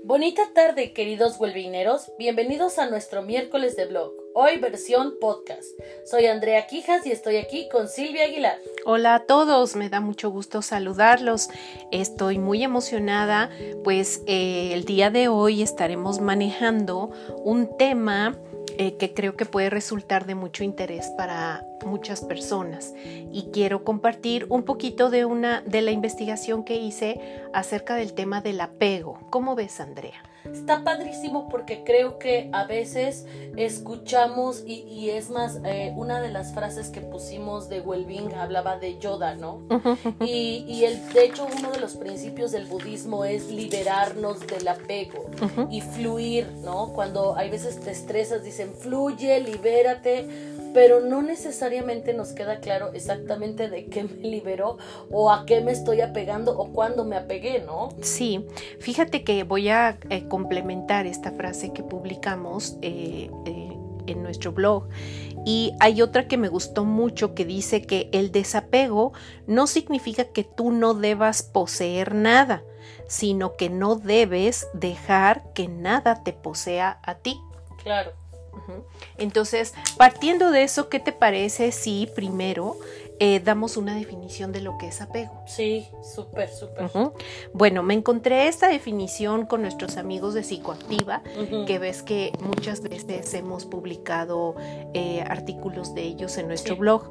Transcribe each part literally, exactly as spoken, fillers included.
Bonita tarde, queridos huelvineros. Bienvenidos a nuestro miércoles de blog, hoy versión podcast. Soy Andrea Quijas y estoy aquí con Silvia Aguilar. Hola a todos, me da mucho gusto saludarlos. Estoy muy emocionada, pues eh, el día de hoy estaremos manejando un tema eh, que creo que puede resultar de mucho interés para muchas personas, y quiero compartir un poquito de una de la investigación que hice acerca del tema del apego. ¿Cómo ves, Andrea? Está padrísimo porque creo que a veces escuchamos y, y es más, eh, una de las frases que pusimos de Wellbeing hablaba de Yoda, ¿no? y, y el, de hecho uno de los principios del budismo es liberarnos del apego uh-huh. y fluir, ¿no? Cuando hay veces te estresas, dicen fluye, libérate, pero no necesariamente nos queda claro exactamente de qué me liberó o a qué me estoy apegando o cuándo me apegué, ¿no? Sí, fíjate que voy a eh, complementar esta frase que publicamos eh, eh, en nuestro blog, y hay otra que me gustó mucho que dice que el desapego no significa que tú no debas poseer nada, sino que no debes dejar que nada te posea a ti. Claro. Entonces, partiendo de eso, ¿qué te parece si primero eh, damos una definición de lo que es apego? Sí, súper, súper. Uh-huh. Bueno, me encontré esta definición con nuestros amigos de Psicoactiva, uh-huh. que ves que muchas veces hemos publicado eh, artículos de ellos en nuestro sí. blog,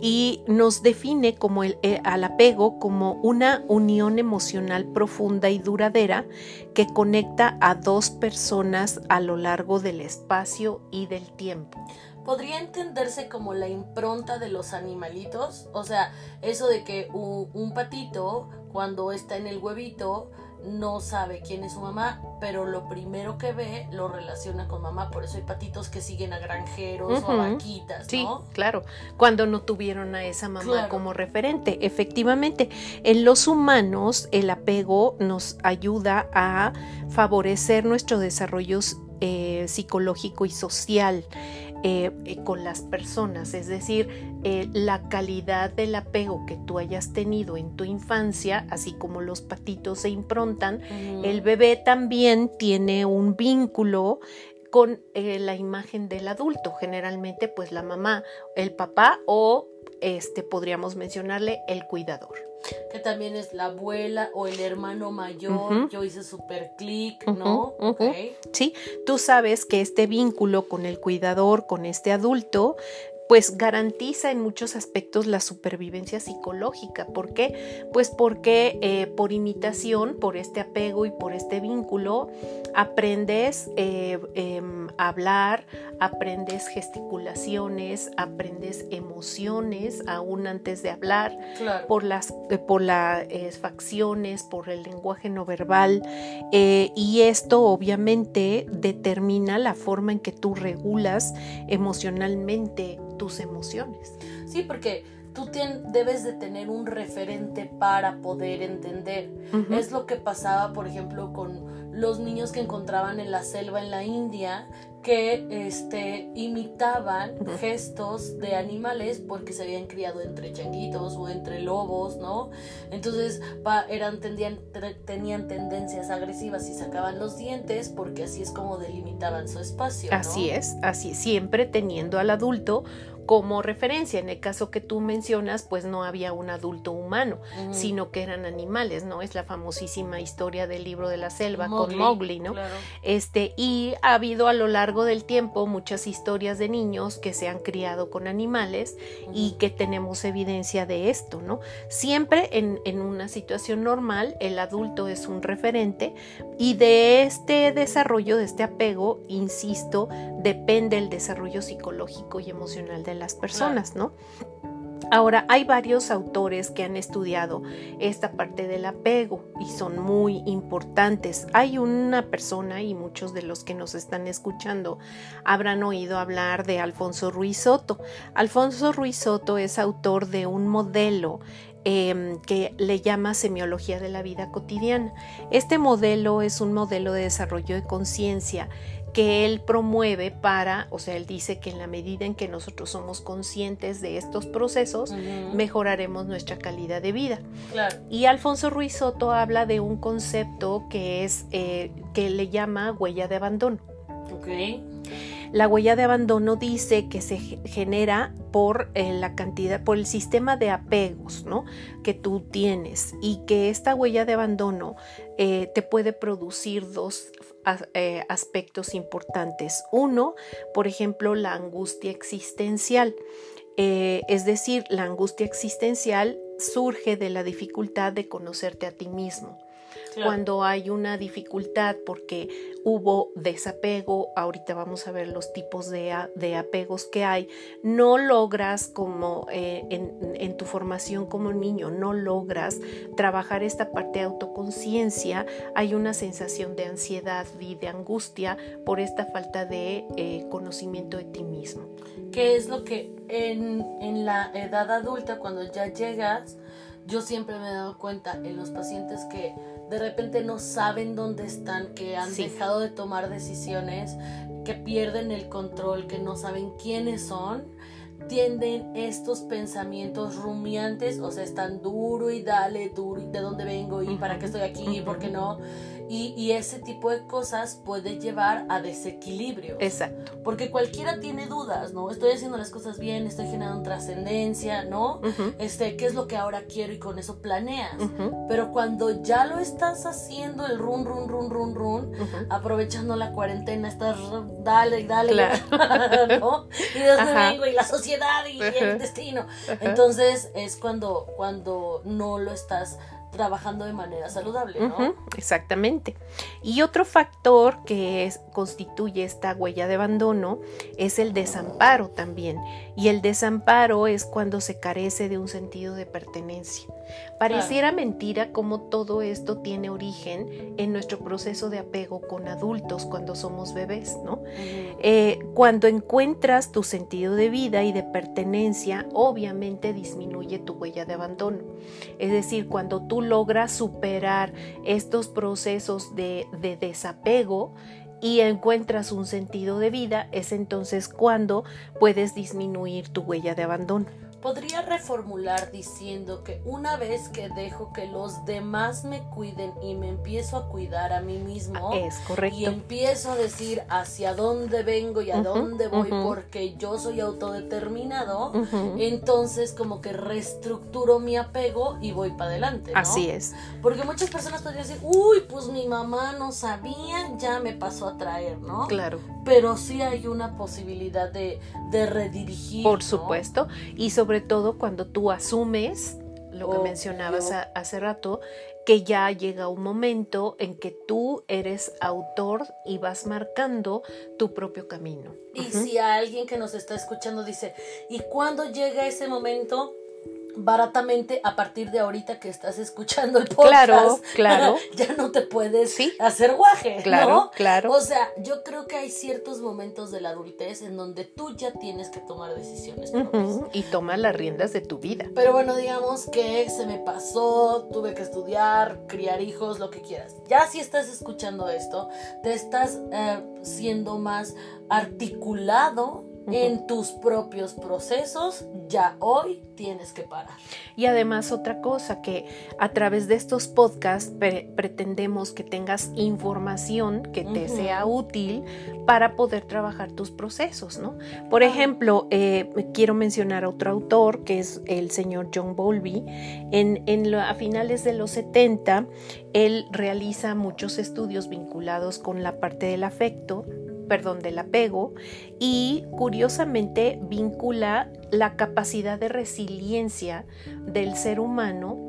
y nos define como el, eh, al apego como una unión emocional profunda y duradera que conecta a dos personas a lo largo del espacio y del tiempo. ¿Podría entenderse como la impronta de los animalitos? O sea, eso de que un, un patito cuando está en el huevito no sabe quién es su mamá, pero lo primero que ve lo relaciona con mamá. Por eso hay patitos que siguen a granjeros uh-huh. o a vaquitas, ¿no? Sí, claro, cuando no tuvieron a esa mamá claro. como referente. Efectivamente, en los humanos el apego nos ayuda a favorecer nuestro desarrollo eh, psicológico y social eh, eh, con las personas, es decir, eh, la calidad del apego que tú hayas tenido en tu infancia, así como los patitos se improntan, uh-huh. el bebé también tiene un vínculo con eh, la imagen del adulto, generalmente pues la mamá, el papá o este podríamos mencionarle el cuidador. Que también es la abuela o el hermano mayor. Uh-huh. Yo hice super clic, uh-huh, ¿no? Uh-huh. Okay. Sí, tú sabes que este vínculo con el cuidador, con este adulto, pues garantiza en muchos aspectos la supervivencia psicológica. ¿Por qué? Pues porque eh, por imitación, por este apego y por este vínculo, aprendes eh, eh, a hablar, aprendes gesticulaciones, aprendes emociones aún antes de hablar, claro. por las, eh, por las eh, facciones, por el lenguaje no verbal, eh, y esto obviamente determina la forma en que tú regulas emocionalmente tus emociones. Sí, porque tú ten, debes de tener un referente para poder entender. Uh-huh. Es lo que pasaba, por ejemplo, con los niños que encontraban en la selva en la India, que este, imitaban uh-huh. gestos de animales porque se habían criado entre changuitos o entre lobos, ¿no? Entonces pa, eran, tendían, te, tenían tendencias agresivas y sacaban los dientes porque así es como delimitaban su espacio, ¿no? Así es, así siempre teniendo al adulto como referencia. En el caso que tú mencionas, pues no había un adulto humano, uh-huh. sino que eran animales, ¿no? Es la famosísima historia del libro de la selva Mowgli, con Mowgli, ¿no? Claro. Este, y ha habido a lo largo del tiempo muchas historias de niños que se han criado con animales uh-huh. y que tenemos evidencia de esto, ¿no? Siempre en, en una situación normal, el adulto es un referente, y de este desarrollo, de este apego, insisto, depende el desarrollo psicológico y emocional de las personas, ¿no? Ahora, hay varios autores que han estudiado esta parte del apego y son muy importantes. Hay una persona, y muchos de los que nos están escuchando habrán oído hablar de Alfonso Ruiz Soto. Alfonso Ruiz Soto es autor de un modelo Eh, que le llama semiología de la vida cotidiana. Este modelo es un modelo de desarrollo de conciencia que él promueve para, o sea, él dice que en la medida en que nosotros somos conscientes de estos procesos, uh-huh. mejoraremos nuestra calidad de vida. Claro. Y Alfonso Ruiz Soto habla de un concepto que es, eh, que le llama huella de abandono. Okay. La huella de abandono dice que se genera por eh, la cantidad, por el sistema de apegos, ¿no?, que tú tienes, y que esta huella de abandono eh, te puede producir dos eh, aspectos importantes. Uno, por ejemplo, la angustia existencial. Eh, es decir, la angustia existencial surge de la dificultad de conocerte a ti mismo. Claro. Cuando hay una dificultad porque hubo desapego, ahorita vamos a ver los tipos de, a, de apegos que hay, no logras como eh, en, en tu formación como niño, no logras trabajar esta parte de autoconciencia, hay una sensación de ansiedad y de angustia por esta falta de eh, conocimiento de ti mismo. ¿Qué es lo que en, en la edad adulta, cuando ya llegas, yo siempre me he dado cuenta en los pacientes que de repente no saben dónde están, que han sí. dejado de tomar decisiones, que pierden el control, que no saben quiénes son, tienden estos pensamientos rumiantes, o sea, están duro y dale, duro, y de dónde vengo, y uh-huh. para qué estoy aquí, uh-huh. por qué no, y, y ese tipo de cosas puede llevar a desequilibrios. Exacto. Porque cualquiera tiene dudas, ¿no? Estoy haciendo las cosas bien, estoy generando trascendencia, ¿no? Uh-huh. Este, ¿qué es lo que ahora quiero? Y con eso planeas. Uh-huh. Pero cuando ya lo estás haciendo, el run, run, run, run, run, uh-huh. aprovechando la cuarentena, estás dale, dale, claro. ¿no? Y de dónde vengo, y la sociedad, y uh-huh. el destino. Uh-huh. Entonces es cuando, cuando no lo estás trabajando de manera saludable, ¿no? Uh-huh, exactamente. Y otro factor que es, constituye esta huella de abandono es el desamparo también. Y el desamparo es cuando se carece de un sentido de pertenencia. Pareciera claro. mentira cómo todo esto tiene origen en nuestro proceso de apego con adultos cuando somos bebés, ¿no? Uh-huh. Eh, cuando encuentras tu sentido de vida y de pertenencia, obviamente disminuye tu huella de abandono. Es decir, cuando tú logras superar estos procesos de, de desapego y encuentras un sentido de vida, es entonces cuando puedes disminuir tu huella de abandono. Podría reformular diciendo que una vez que dejo que los demás me cuiden y me empiezo a cuidar a mí mismo, es correcto, y empiezo a decir hacia dónde vengo y a uh-huh, dónde voy uh-huh. porque yo soy autodeterminado, uh-huh. entonces como que reestructuro mi apego y voy para adelante, ¿no? Así es. Porque muchas personas podrían decir, uy, pues mi mamá no sabía, ya me pasó a traer, ¿no? Claro. Pero sí hay una posibilidad de, de redirigir, por ¿no? supuesto, y sobre Sobre todo cuando tú asumes lo que oh, mencionabas a, hace rato, que ya llega un momento en que tú eres autor y vas marcando tu propio camino. Y uh-huh. si a alguien que nos está escuchando dice, ¿y cuándo llega ese momento? Baratamente, a partir de ahorita que estás escuchando el podcast, claro, claro. ya no te puedes ¿Sí? hacer guaje, claro, ¿no? Claro. O sea, yo creo que hay ciertos momentos de la adultez en donde tú ya tienes que tomar decisiones propias. Uh-huh. Y tomar las riendas de tu vida. Pero bueno, digamos que se me pasó, tuve que estudiar, criar hijos, lo que quieras. Ya si estás escuchando esto, te estás eh, siendo más articulado en tus propios procesos, ya hoy tienes que parar. Y además otra cosa, que a través de estos podcasts pre- pretendemos que tengas información que te uh-huh. sea útil para poder trabajar tus procesos, ¿no? Por uh-huh. ejemplo, eh, quiero mencionar a otro autor que es el señor John Bowlby. En, en lo, a finales de los setenta, él realiza muchos estudios vinculados con la parte del afecto, perdón, del apego, y curiosamente vincula la capacidad de resiliencia del ser humano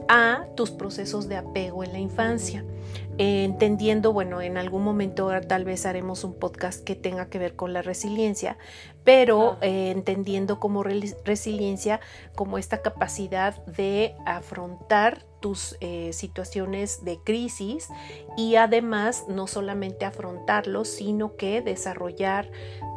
a tus procesos de apego en la infancia. Eh, entendiendo, bueno, en algún momento tal vez haremos un podcast que tenga que ver con la resiliencia, pero eh, entendiendo como re- resiliencia como esta capacidad de afrontar tus eh, situaciones de crisis y además no solamente afrontarlos, sino que desarrollar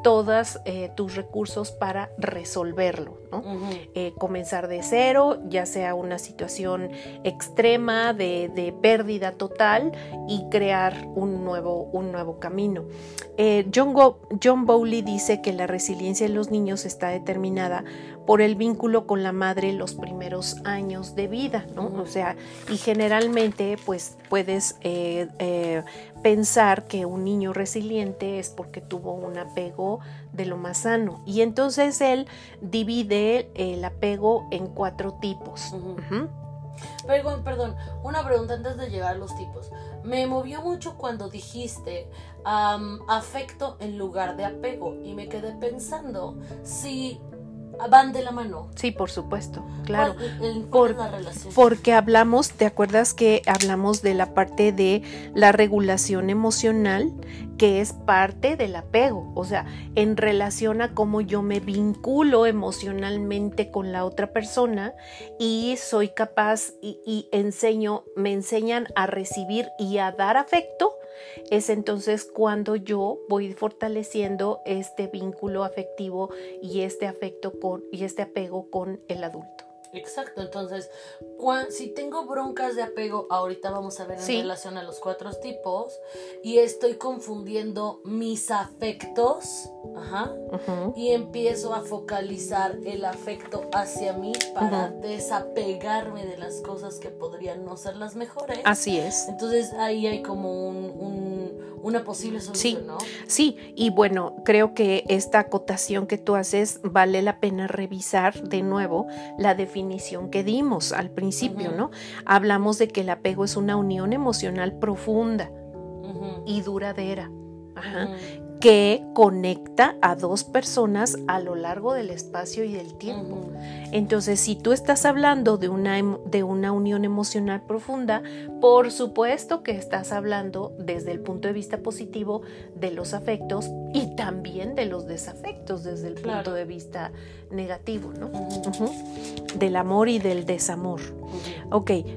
todos eh, tus recursos para resolverlo, ¿no? Uh-huh. Eh, comenzar de cero, ya sea una situación extrema de, de pérdida total, y crear un nuevo, un nuevo camino. Eh, John, Go- John Bowlby dice que la resiliencia en los niños está determinada por el vínculo con la madre los primeros años de vida, ¿no? Uh-huh. O sea, y generalmente pues puedes eh, eh, pensar que un niño resiliente es porque tuvo un apego de lo más sano, y entonces él divide el apego en cuatro tipos. Uh-huh. Uh-huh. Perdón, perdón, una pregunta antes de llegar a los tipos. Me movió mucho cuando dijiste um, afecto en lugar de apego, y me quedé pensando si van de la mano. Sí, por supuesto, claro. ¿Cuál, el, cuál por, es la relación? Porque hablamos, ¿te acuerdas que hablamos de la parte de la regulación emocional, que es parte del apego? O sea, en relación a cómo yo me vinculo emocionalmente con la otra persona, y soy capaz y, y enseño, me enseñan a recibir y a dar afecto. Es entonces cuando yo voy fortaleciendo este vínculo afectivo y este afecto con, y este apego con el adulto. Exacto, entonces cuando, si tengo broncas de apego, ahorita vamos a ver en sí. relación a los cuatro tipos, y estoy confundiendo mis afectos, ajá, uh-huh. y empiezo a focalizar el afecto hacia mí para uh-huh. desapegarme de las cosas que podrían no ser las mejores. Así es. Entonces ahí hay como un, un, una posible solución, sí. ¿no? Sí, y bueno, creo que esta acotación que tú haces vale la pena revisar de nuevo la definición que dimos al principio, uh-huh. ¿no? Hablamos de que el apego es una unión emocional profunda uh-huh. y duradera, ajá, uh-huh. que conecta a dos personas a lo largo del espacio y del tiempo. Uh-huh. Entonces, si tú estás hablando de una, de una unión emocional profunda, por supuesto que estás hablando desde el punto de vista positivo de los afectos, y también de los desafectos desde el claro. punto de vista negativo, ¿no? Uh-huh. Uh-huh. Del amor y del desamor. Uh-huh. Ok, eh,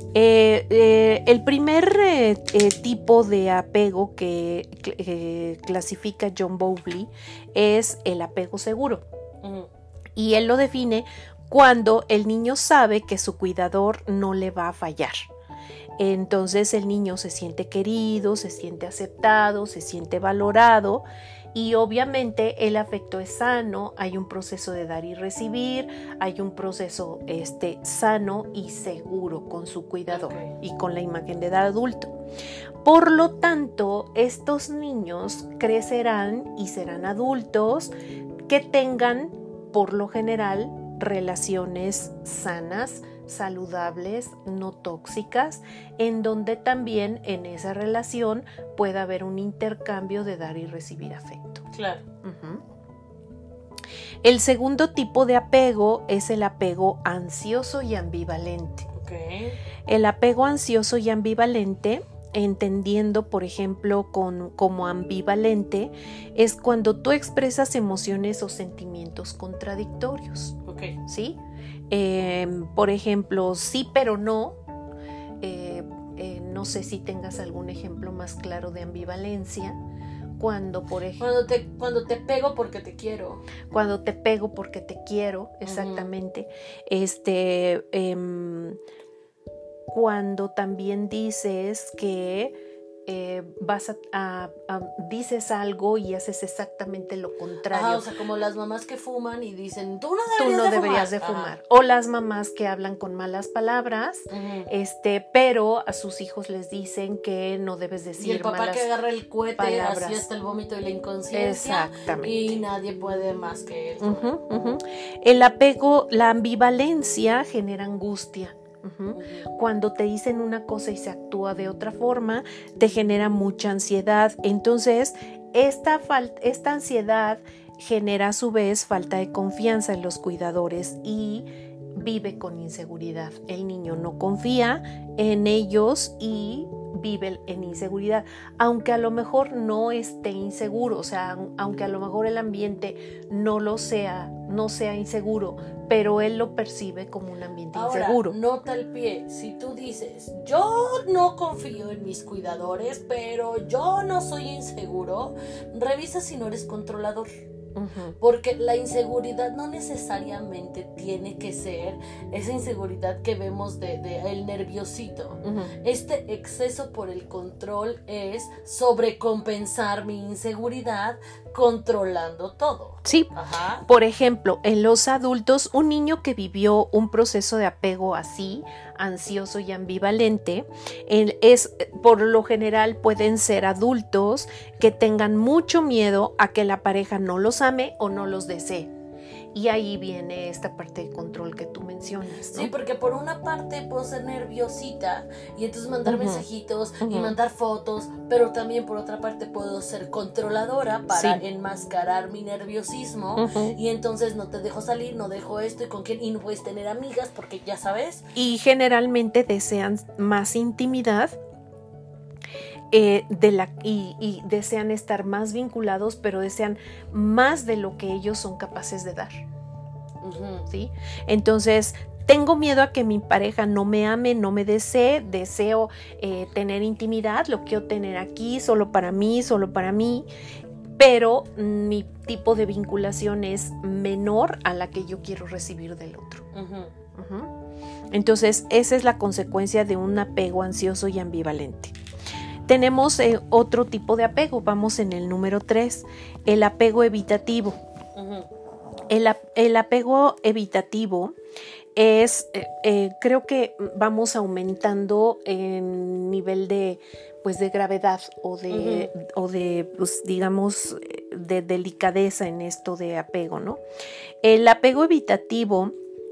eh, el primer eh, eh, tipo de apego que eh, clasifica John Bowlby es el apego seguro. Uh-huh. Y él lo define cuando el niño sabe que su cuidador no le va a fallar. Entonces el niño se siente querido, se siente aceptado, se siente valorado, y obviamente el afecto es sano, hay un proceso de dar y recibir, hay un proceso este, sano y seguro con su cuidador okay. y con la imagen de edad adulto. Por lo tanto, estos niños crecerán y serán adultos que tengan, por lo general, relaciones sanas, saludables, no tóxicas, en donde también en esa relación pueda haber un intercambio de dar y recibir afecto. Claro. Uh-huh. El segundo tipo de apego es el apego ansioso y ambivalente. Okay. El apego ansioso y ambivalente, entendiendo por ejemplo con, como ambivalente, es cuando tú expresas emociones o sentimientos contradictorios. Okay. ¿Sí? Eh, por ejemplo, sí pero no. Eh, eh, no sé si tengas algún ejemplo más claro de ambivalencia. Cuando, por ejemplo, cuando te, cuando te pego porque te quiero. Cuando te pego porque te quiero, exactamente. Uh-huh. Este, eh, cuando también dices que eh, vas a, a, a dices algo y haces exactamente lo contrario. Ah, o sea, como las mamás que fuman y dicen, tú no deberías, tú no de, deberías fumar. de fumar. O las mamás que hablan con malas palabras, uh-huh. este, pero a sus hijos les dicen que no debes decir malas palabras. Y el papá que agarra el cohete así hasta el vómito y la inconsciencia. Exactamente. Y nadie puede más que él. Uh-huh, uh-huh. El apego, la ambivalencia genera angustia. Uh-huh. Uh-huh. Cuando te dicen una cosa y se actúa de otra forma, te genera mucha ansiedad. Entonces, esta, fal- esta ansiedad genera a su vez falta de confianza en los cuidadores y vive con inseguridad. El niño no confía en ellos y vive en inseguridad, aunque a lo mejor no esté inseguro, o sea, aunque a lo mejor el ambiente no lo sea, no sea inseguro, pero él lo percibe como un ambiente Ahora, inseguro. Nota al pie, si tú dices, yo no confío en mis cuidadores, pero yo no soy inseguro, revisa si no eres controlador. Uh-huh. Porque la inseguridad no necesariamente tiene que ser esa inseguridad que vemos de, de el nerviosito. Uh-huh. Este exceso por el control es sobrecompensar mi inseguridad controlando todo. Sí. Ajá. Por ejemplo, en los adultos, un niño que vivió un proceso de apego así, ansioso y ambivalente, es, por lo general pueden ser adultos que tengan mucho miedo a que la pareja no los ame o no los desee. Y ahí viene esta parte de control que tú mencionas, ¿no? Sí, porque por una parte puedo ser nerviosita y entonces mandar uh-huh. mensajitos uh-huh. y mandar fotos, pero también por otra parte puedo ser controladora para sí. enmascarar mi nerviosismo uh-huh. y entonces no te dejo salir, no dejo esto y con quién, y no puedes tener amigas porque ya sabes. Y generalmente desean más intimidad. Eh, de la, y, y desean estar más vinculados, pero desean más de lo que ellos son capaces de dar. Uh-huh. ¿Sí? Entonces, tengo miedo a que mi pareja no me ame, no me desee, deseo eh, tener intimidad, lo quiero tener aquí, solo para mí, solo para mí, pero mi tipo de vinculación es menor a la que yo quiero recibir del otro. Uh-huh. Uh-huh. Entonces, esa es la consecuencia de un apego ansioso y ambivalente. Tenemos eh, otro tipo de apego, vamos en el número tres, el apego evitativo. Uh-huh. El, el apego evitativo es, eh, eh, creo que vamos aumentando en nivel de, pues, de gravedad o de, uh-huh. o de pues, digamos, de delicadeza en esto de apego, ¿no? El apego evitativo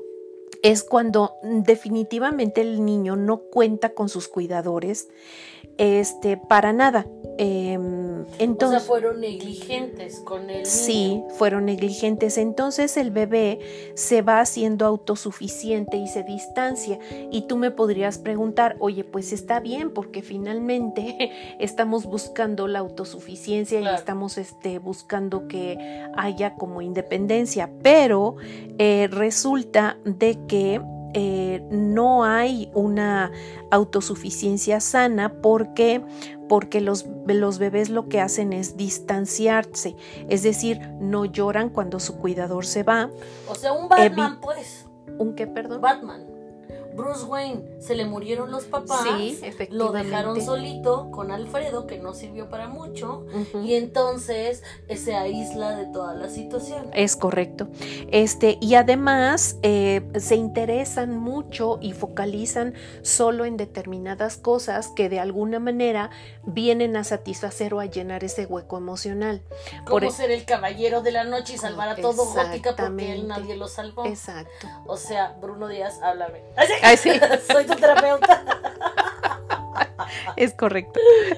es cuando definitivamente el niño no cuenta con sus cuidadores, este, para nada. Eh, entonces, o sea, fueron negligentes con el niño. Sí, fueron negligentes. Entonces el bebé se va haciendo autosuficiente y se distancia. Y tú me podrías preguntar, oye, pues está bien, porque finalmente estamos buscando la autosuficiencia claro. y estamos este, buscando que haya como independencia. Pero eh, resulta de que Eh, no hay una autosuficiencia sana porque, porque los, los bebés lo que hacen es distanciarse, es decir, no lloran cuando su cuidador se va. O sea, un Batman, Evi- pues. ¿Un qué, perdón? Batman. Bruce Wayne, se le murieron los papás, sí, lo dejaron solito con Alfredo, que no sirvió para mucho, uh-huh. y entonces se aísla de toda la situación. Es correcto. Este, y además eh, se interesan mucho y focalizan solo en determinadas cosas que de alguna manera vienen a satisfacer o a llenar ese hueco emocional. Como Por ser el caballero de la noche y salvar a todo Gótica porque él nadie lo salvó. Exacto. O sea, Bruno Díaz, háblame. Ay, sí. Soy tu terapeuta. Es correcto.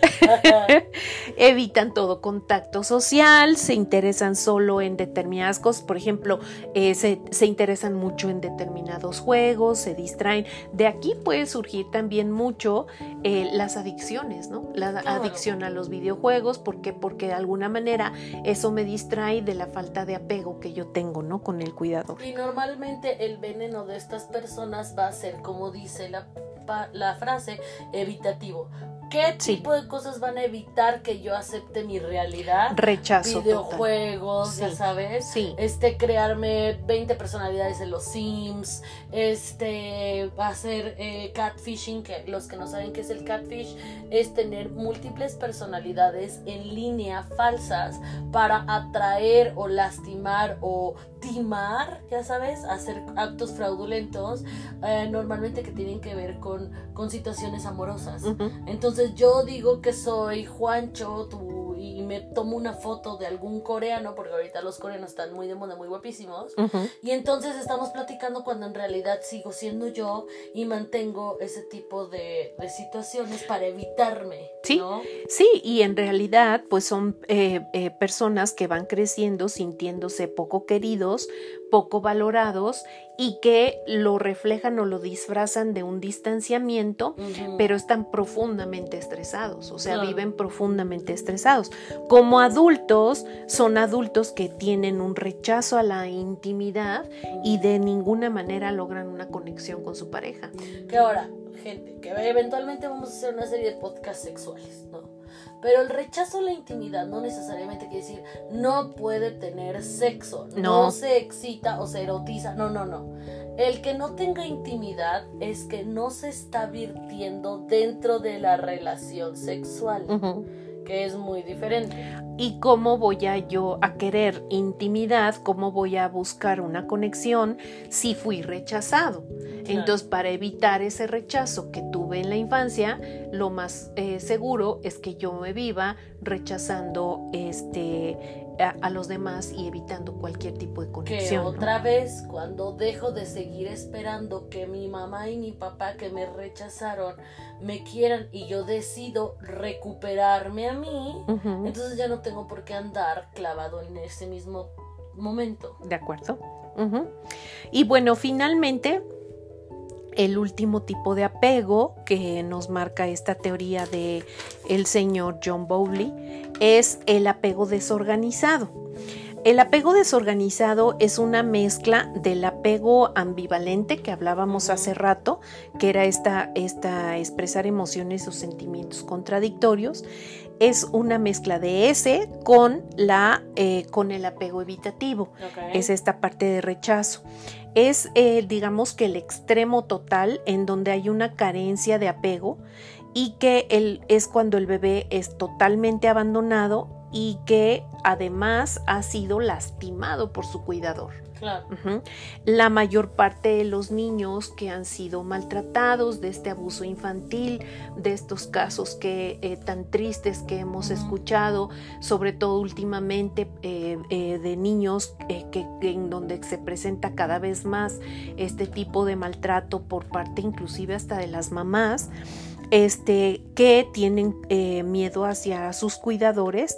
Evitan todo contacto social, se interesan solo en determinadas cosas, por ejemplo, eh, se, se interesan mucho en determinados juegos, se distraen. De aquí puede surgir también mucho eh, las adicciones, ¿no? La claro. adicción a los videojuegos, ¿por qué? Porque de alguna manera eso me distrae de la falta de apego que yo tengo, ¿no? Con el cuidador. Y normalmente el veneno de estas personas va a ser, como dice la la frase, evitativo. ¿Qué tipo sí. de cosas van a evitar que yo acepte mi realidad? Rechazo. Videojuegos, sí. ya sabes. Sí. Este, crearme veinte personalidades en los Sims. Este, hacer eh, catfishing, que los que no saben qué es el catfish, es tener múltiples personalidades en línea falsas para atraer o lastimar o timar, ya sabes, hacer actos fraudulentos, eh, normalmente que tienen que ver con, con situaciones amorosas. Uh-huh. Entonces yo digo que soy Juancho tú, y me tomo una foto de algún coreano, porque ahorita los coreanos están muy de moda, muy guapísimos, uh-huh. y entonces estamos platicando cuando en realidad sigo siendo yo y mantengo ese tipo de, de situaciones para evitarme. Sí, ¿no? Sí, y en realidad pues son eh, eh, personas que van creciendo sintiéndose poco queridos, poco valorados y que lo reflejan o lo disfrazan de un distanciamiento, uh-huh. pero están profundamente estresados, o sea, claro. viven profundamente estresados. Como adultos, son adultos que tienen un rechazo a la intimidad uh-huh. y de ninguna manera logran una conexión con su pareja. Que ahora, gente, que eventualmente vamos a hacer una serie de podcasts sexuales, ¿no? Pero el rechazo a la intimidad no necesariamente quiere decir no puede tener sexo, no, no se excita o se erotiza, no, no, no. El que no tenga intimidad es que no se está virtiendo dentro de la relación sexual, uh-huh. que es muy diferente. ¿Y cómo voy a yo a querer intimidad? ¿Cómo voy a buscar una conexión si fui rechazado? Claro. Entonces, para evitar ese rechazo que tuve en la infancia, lo más eh, seguro es que yo me viva rechazando este a, a los demás y evitando cualquier tipo de conexión. Que otra ¿no? vez, cuando dejo de seguir esperando que mi mamá y mi papá que me rechazaron me quieran y yo decido recuperarme a mí, uh-huh. entonces ya no tengo por qué andar clavado en ese mismo momento. De acuerdo. Uh-huh. Y bueno, finalmente, el último tipo de apego que nos marca esta teoría de el señor John Bowlby es el apego desorganizado. El apego desorganizado es una mezcla del apego ambivalente que hablábamos hace rato, que era esta, esta expresar emociones o sentimientos contradictorios. Es una mezcla de ese con, la, eh, con el apego evitativo. Okay. Es esta parte de rechazo. Es, eh, digamos que el extremo total en donde hay una carencia de apego y que el, es cuando el bebé es totalmente abandonado y que además ha sido lastimado por su cuidador. Claro. Uh-huh. La mayor parte de los niños que han sido maltratados de este abuso infantil, de estos casos que eh, tan tristes que hemos uh-huh. escuchado, sobre todo últimamente eh, eh, de niños eh, que, que en donde se presenta cada vez más este tipo de maltrato por parte inclusive hasta de las mamás, este, que tienen eh, miedo hacia sus cuidadores.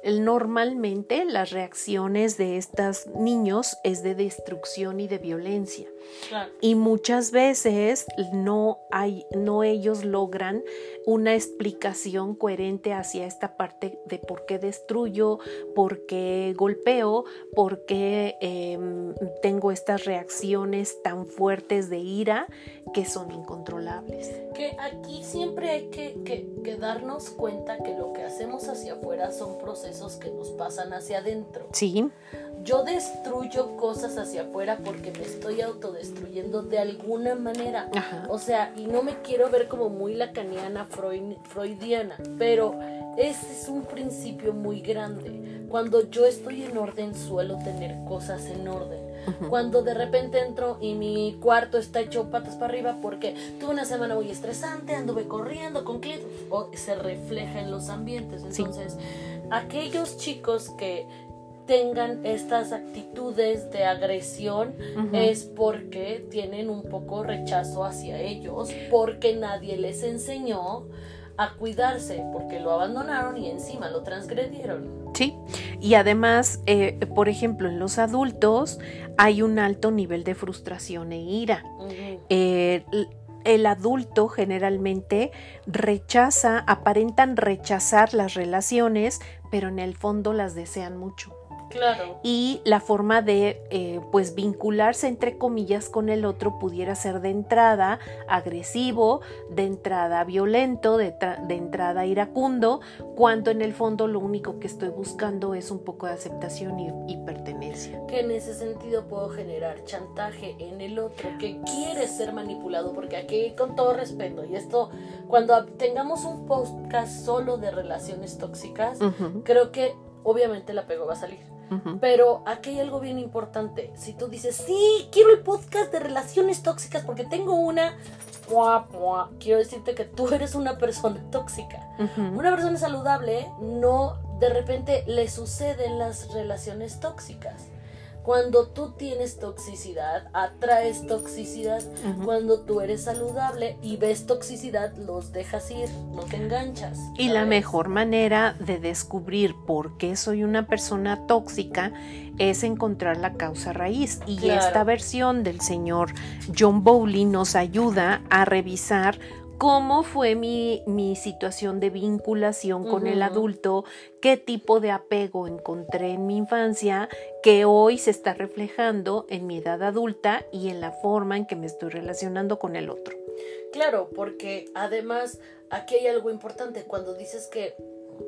Normalmente las reacciones de estos niños es de destrucción y de violencia. Claro. Y muchas veces no hay, no ellos logran una explicación coherente hacia esta parte de por qué destruyo, por qué golpeo, por qué eh, tengo estas reacciones tan fuertes de ira que son incontrolables. Que aquí siempre hay que, que, que darnos cuenta que lo que hacemos hacia afuera son procesos que nos pasan hacia adentro. Sí. Yo destruyo cosas hacia afuera porque me estoy autodestruyendo de alguna manera. Ajá. O sea, y no me quiero ver como muy lacaniana, freud, freudiana, pero ese es un principio muy grande. Cuando yo estoy en orden, suelo tener cosas en orden. Uh-huh. Cuando de repente entro y mi cuarto está hecho patas para arriba porque tuve una semana muy estresante, anduve corriendo con clientes, o se refleja en los ambientes. Entonces, sí. aquellos chicos que tengan estas actitudes de agresión uh-huh. es porque tienen un poco rechazo hacia ellos, porque nadie les enseñó a cuidarse, porque lo abandonaron y encima lo transgredieron. Sí, y además, eh, por ejemplo, en los adultos hay un alto nivel de frustración e ira. Uh-huh. Eh, el adulto generalmente rechaza, aparentan rechazar las relaciones, pero en el fondo las desean mucho. Claro. Y la forma de eh, pues vincularse entre comillas con el otro pudiera ser de entrada agresivo, de entrada violento, de, tra- de entrada iracundo, cuando en el fondo lo único que estoy buscando es un poco de aceptación y, y pertenencia. Que en ese sentido puedo generar chantaje en el otro que quiere ser manipulado, porque aquí, con todo respeto, y esto cuando tengamos un podcast solo de relaciones tóxicas, uh-huh. creo que obviamente el apego va a salir. Uh-huh. Pero aquí hay algo bien importante. Si tú dices, sí, quiero el podcast de relaciones tóxicas porque tengo una, mua, mua, quiero decirte que tú eres una persona tóxica. Uh-huh. Una persona saludable no de repente le suceden las relaciones tóxicas. Cuando tú tienes toxicidad, atraes toxicidad. Uh-huh. Cuando tú eres saludable y ves toxicidad, los dejas ir, no te enganchas. Y ¿sabes? La mejor manera de descubrir por qué soy una persona tóxica es encontrar la causa raíz. Y claro. esta versión del señor John Bowlby nos ayuda a revisar cómo fue mi, mi situación de vinculación con uh-huh. el adulto, qué tipo de apego encontré en mi infancia, que hoy se está reflejando en mi edad adulta y en la forma en que me estoy relacionando con el otro. Claro, porque además aquí hay algo importante. Cuando dices que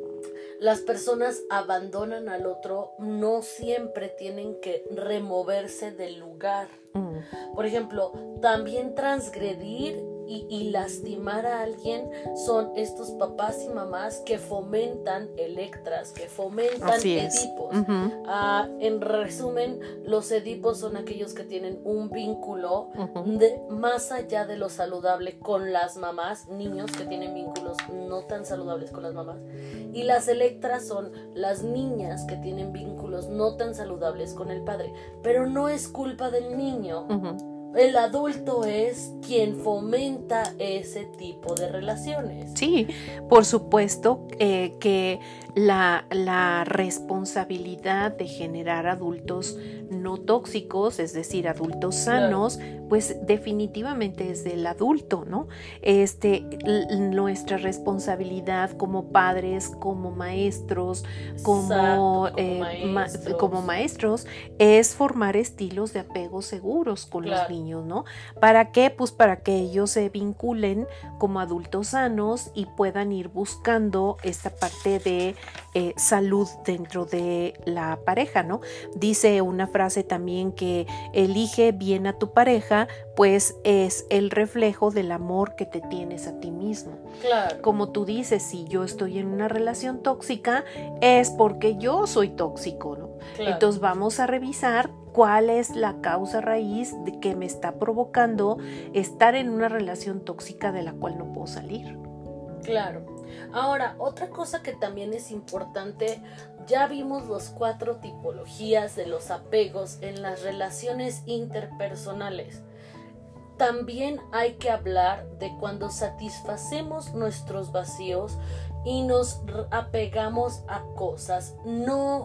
las personas abandonan al otro, no siempre tienen que removerse del lugar. Mm. Por ejemplo, también transgredir y, y lastimar a alguien son estos papás y mamás que fomentan electras, que fomentan edipos. Uh-huh. Ah, en resumen, los edipos son aquellos que tienen un vínculo uh-huh. de, más allá de lo saludable con las mamás, niños que tienen vínculos no tan saludables con las mamás. Y las electras son las niñas que tienen vínculos no tan saludables con el padre. Pero no es culpa del niño. Uh-huh. El adulto es quien fomenta ese tipo de relaciones. Sí, por supuesto eh, que la, la responsabilidad de generar adultos no tóxicos, es decir, adultos sanos, claro. pues definitivamente es del adulto, ¿no? Este, l- nuestra responsabilidad como padres, como maestros, como, Exacto, como, eh, maestros. Ma- como maestros, es formar estilos de apego seguros con claro. los niños, ¿no? ¿Para qué? Pues para que ellos se vinculen como adultos sanos y puedan ir buscando esta parte de eh, salud dentro de la pareja, ¿no? Dice una frase también que elige bien a tu pareja, pues es el reflejo del amor que te tienes a ti mismo. Claro. Como tú dices, si yo estoy en una relación tóxica, es porque yo soy tóxico, ¿no? Claro. Entonces vamos a revisar cuál es la causa raíz de que me está provocando estar en una relación tóxica de la cual no puedo salir. Claro. Ahora, otra cosa que también es importante, ya vimos las cuatro tipologías de los apegos en las relaciones interpersonales. También hay que hablar de cuando satisfacemos nuestros vacíos y nos apegamos a cosas, no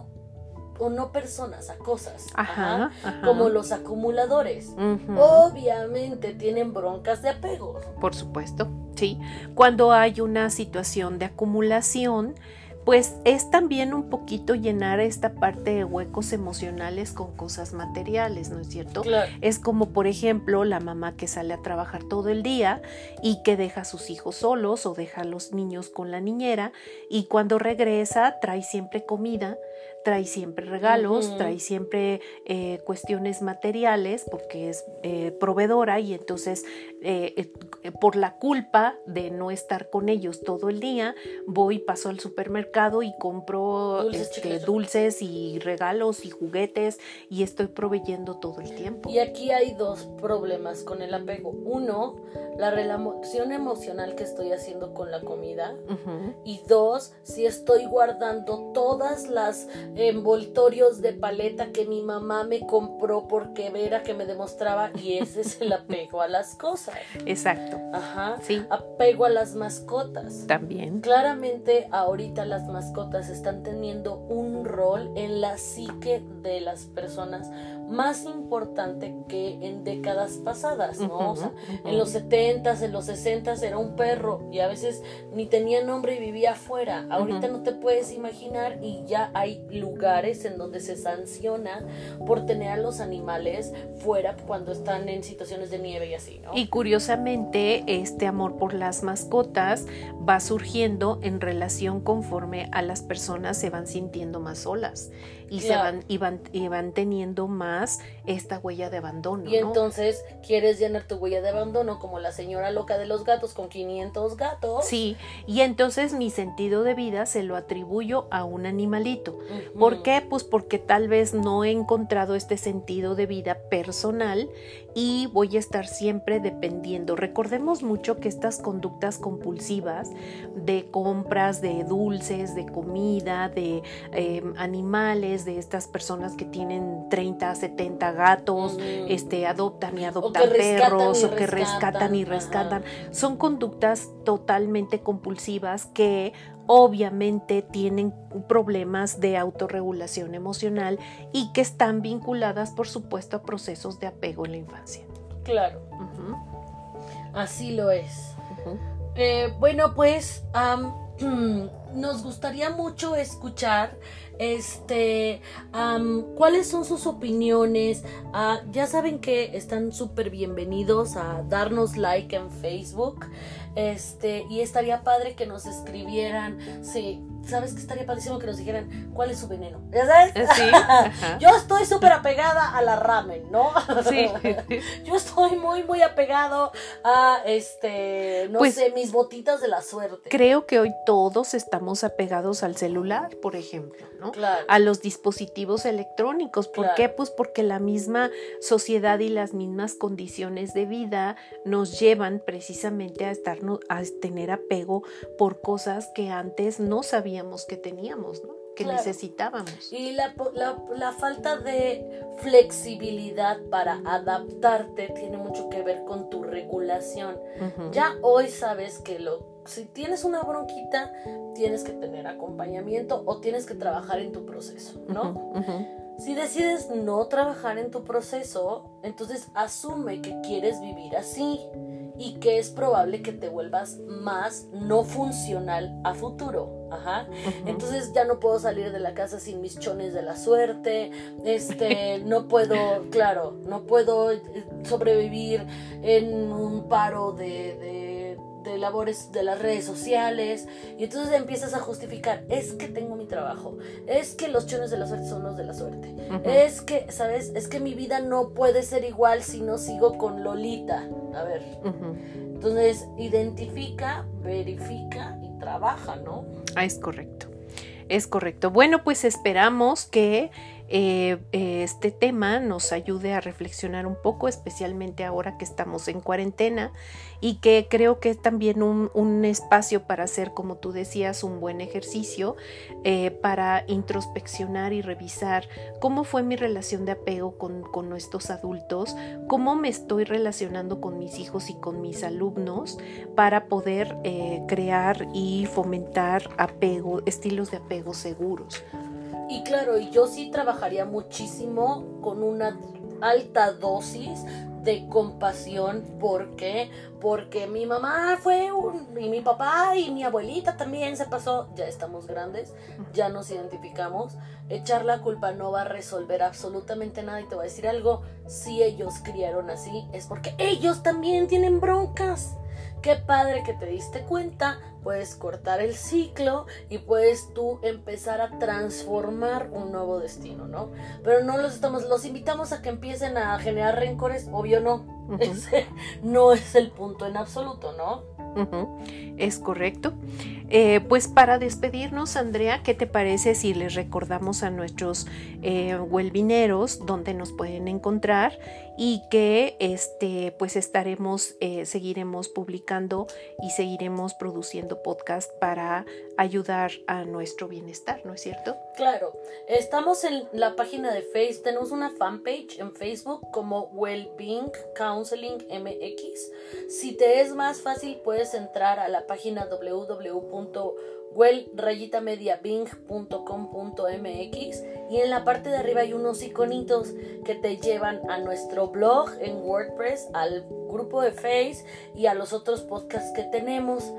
o no personas, a cosas, ajá, ajá, ajá. como los acumuladores. Uh-huh. Obviamente tienen broncas de apego. Por supuesto, sí. Cuando hay una situación de acumulación, pues es también un poquito llenar esta parte de huecos emocionales con cosas materiales, ¿no es cierto? Claro. Es como, por ejemplo, la mamá que sale a trabajar todo el día y que deja a sus hijos solos o deja a los niños con la niñera y cuando regresa trae siempre comida, trae siempre regalos, uh-huh. trae siempre eh, cuestiones materiales porque es eh, proveedora y entonces eh, eh, por la culpa de no estar con ellos todo el día, voy y paso al supermercado y compro dulces, este, dulces y regalos y juguetes y estoy proveyendo todo el tiempo. Y aquí hay dos problemas con el apego. Uno, la relación emocional que estoy haciendo con la comida. Uh-huh. Y dos, si estoy guardando todas las envoltorios de paleta que mi mamá me compró porque Vera que me demostraba, y ese es el apego a las cosas. Exacto. Ajá. Sí. Apego a las mascotas. También. Claramente ahorita las mascotas están teniendo un rol en la psique de las personas más importante que en décadas pasadas, ¿no? Uh-huh, o sea, uh-huh. en los setentas, en los sesentas era un perro y a veces ni tenía nombre y vivía afuera. Ahorita uh-huh. no te puedes imaginar y ya hay lugares en donde se sanciona por tener a los animales fuera cuando están en situaciones de nieve y así, ¿no? Y curiosamente este amor por las mascotas va surgiendo en relación conforme a las personas se van sintiendo más solas y claro. se van y van y van teniendo más esta huella de abandono, y ¿no? entonces quieres llenar tu huella de abandono como la señora loca de los gatos con quinientos gatos. Sí, y entonces mi sentido de vida se lo atribuyo a un animalito. Uh-huh. ¿Por qué? Pues porque tal vez no he encontrado este sentido de vida personal y voy a estar siempre dependiendo. Recordemos mucho que estas conductas compulsivas de compras de dulces, de comida, de eh, animales, de estas personas que tienen treinta, setenta gatos, uh-huh. este, adoptan y adoptan o perros, y o que rescatan y rescatan. Ajá. Son conductas totalmente compulsivas que obviamente tienen problemas de autorregulación emocional y que están vinculadas, por supuesto, a procesos de apego en la infancia. Claro. Uh-huh. Así lo es. Uh-huh. Eh, bueno, pues... Um, nos gustaría mucho escuchar este um, cuáles son sus opiniones. Uh, ya saben que están súper bienvenidos a darnos like en Facebook, este y estaría padre que nos escribieran. Sí, sabes que estaría padrísimo que nos dijeran cuál es su veneno, ¿ya sabes? Sí, ajá. Yo estoy súper apegada a la ramen, ¿no? Sí. Yo estoy muy muy apegado a este no Pues, sé, mis botitas de la suerte. Creo que hoy todos estamos apegados al celular, por ejemplo, ¿no? Claro. A los dispositivos electrónicos. ¿Por Claro. qué? Pues porque la misma sociedad y las mismas condiciones de vida nos llevan precisamente a estarnos, a tener apego por cosas que antes no sabíamos que teníamos, ¿no? Que Claro. necesitábamos. Y la, la, la falta de flexibilidad para adaptarte tiene mucho que ver con tu regulación. Uh-huh. Ya hoy sabes que lo, si tienes una bronquita, tienes que tener acompañamiento o tienes que trabajar en tu proceso, ¿no? Uh-huh. Uh-huh. Si decides no trabajar en tu proceso, entonces asume que quieres vivir así y que es probable que te vuelvas más no funcional a futuro. Ajá. Uh-huh. Entonces ya no puedo salir de la casa sin mis chones de la suerte. Este, no puedo, claro, no puedo sobrevivir en un paro de, de, de labores de las redes sociales. Y entonces empiezas a justificar, es que tengo mi trabajo, es que los chones de la suerte son los de la suerte. Uh-huh. Es que, ¿sabes? Es que mi vida no puede ser igual si no sigo con Lolita. A ver. Uh-huh. Entonces, identifica, verifica y trabaja, ¿no? Ah, es correcto, es correcto. Bueno, pues esperamos que eh, eh, este tema nos ayude a reflexionar un poco, especialmente ahora que estamos en cuarentena, y que creo que es también un, un espacio para hacer, como tú decías, un buen ejercicio eh, para introspeccionar y revisar cómo fue mi relación de apego con, con nuestros adultos, cómo me estoy relacionando con mis hijos y con mis alumnos para poder eh, crear y fomentar apego, estilos de apego seguros. Y claro, y yo sí trabajaría muchísimo con una alta dosis de compasión. ¿Por qué? Porque mi mamá fue un, y mi papá y mi abuelita también se pasó. Ya estamos grandes, ya nos identificamos. Echar la culpa no va a resolver absolutamente nada. Y te voy a decir algo, si ellos criaron así es porque ellos también tienen broncas. Qué padre que te diste cuenta, puedes cortar el ciclo y puedes tú empezar a transformar un nuevo destino, ¿no? Pero no los estamos, los invitamos a que empiecen a generar rencores, obvio no. Uh-huh. Ese no es el punto en absoluto, ¿no? Uh-huh. Es correcto. Eh, pues para despedirnos, Andrea, ¿qué te parece si les recordamos a nuestros eh, Wellvineros dónde nos pueden encontrar y que este, pues estaremos, eh, seguiremos publicando y seguiremos produciendo podcast para ayudar a nuestro bienestar, ¿no es cierto? Claro, estamos en la página de Facebook, tenemos una fanpage en Facebook como Wellbeing Counseling M X. Si te es más fácil, puedes entrar a la página doble u doble u doble u punto well rayita media bing punto com punto m x y en la parte de arriba hay unos iconitos que te llevan a nuestro blog en WordPress, al grupo de Face y a los otros podcasts que tenemos.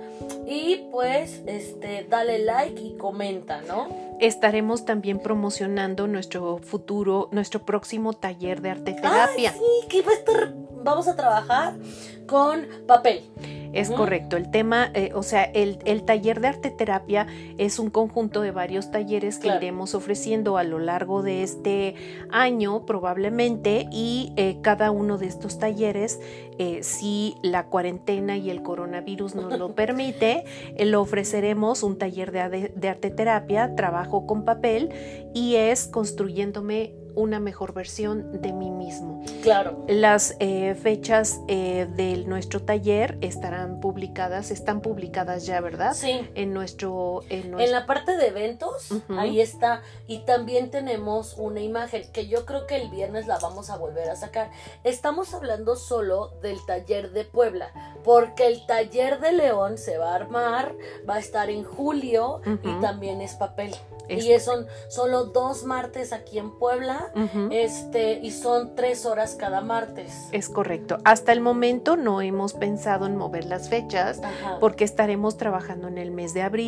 Y pues este dale like y comenta, ¿no? Estaremos también promocionando nuestro futuro, nuestro próximo taller de arte terapia. ¡Ay, sí! Que va a estar, vamos a trabajar con papel. Es correcto, el tema, eh, o sea, el, el taller de arte terapia es un conjunto de varios talleres que claro. iremos ofreciendo a lo largo de este año probablemente y eh, cada uno de estos talleres, eh, si la cuarentena y el coronavirus nos lo permite, eh, lo ofreceremos un taller de, de arte terapia, trabajo con papel y es construyéndome una mejor versión de mí mismo. Claro. Las eh, fechas eh, de nuestro taller estarán publicadas, están publicadas ya, ¿verdad? Sí. En nuestro... En, nuestro... en la parte de eventos, uh-huh. ahí está. Y también tenemos una imagen que yo creo que el viernes la vamos a volver a sacar. Estamos hablando solo del taller de Puebla, porque el taller de León se va a armar, va a estar en julio uh-huh. y también es papel. Es... Y son solo dos martes aquí en Puebla, uh-huh. este, y son tres horas cada martes. Es correcto. Hasta el momento no hemos pensado en mover las fechas, uh-huh. porque estaremos trabajando en el mes de abril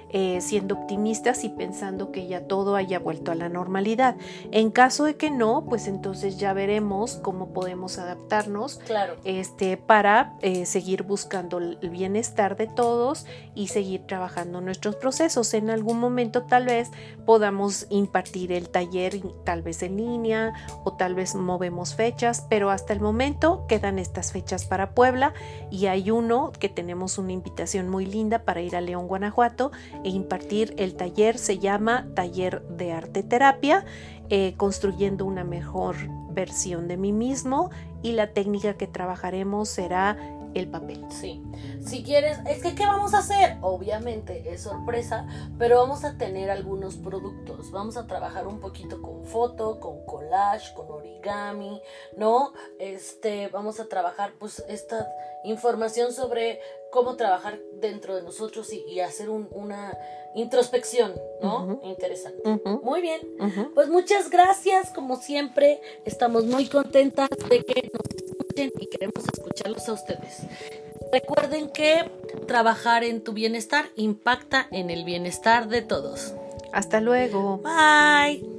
eh, siendo optimistas y pensando que ya todo haya vuelto a la normalidad. En caso de que no, pues entonces ya veremos cómo podemos adaptarnos, claro, este, para eh, seguir buscando el bienestar de todos y seguir trabajando nuestros procesos. En algún momento tal vez podamos impartir el taller tal vez en línea o tal vez movemos fechas, pero hasta el momento quedan estas fechas para Puebla y hay uno que tenemos una invitación muy linda para ir a León, Guanajuato e impartir el taller. Se llama Taller de Arte Terapia, eh, construyendo una mejor versión de mí mismo, y la técnica que trabajaremos será el papel. Sí, si quieres, es que ¿qué vamos a hacer? Obviamente es sorpresa, pero vamos a tener algunos productos, vamos a trabajar un poquito con foto, con collage, con origami, ¿no? Este, vamos a trabajar pues esta información sobre cómo trabajar dentro de nosotros y, y hacer un, una introspección, ¿no? Uh-huh. Interesante. Uh-huh. Muy bien, uh-huh. Pues muchas gracias, como siempre, estamos muy contentas de que nos escuchen y queremos escucharlos a ustedes. Recuerden que trabajar en tu bienestar impacta en el bienestar de todos. Hasta luego. Bye.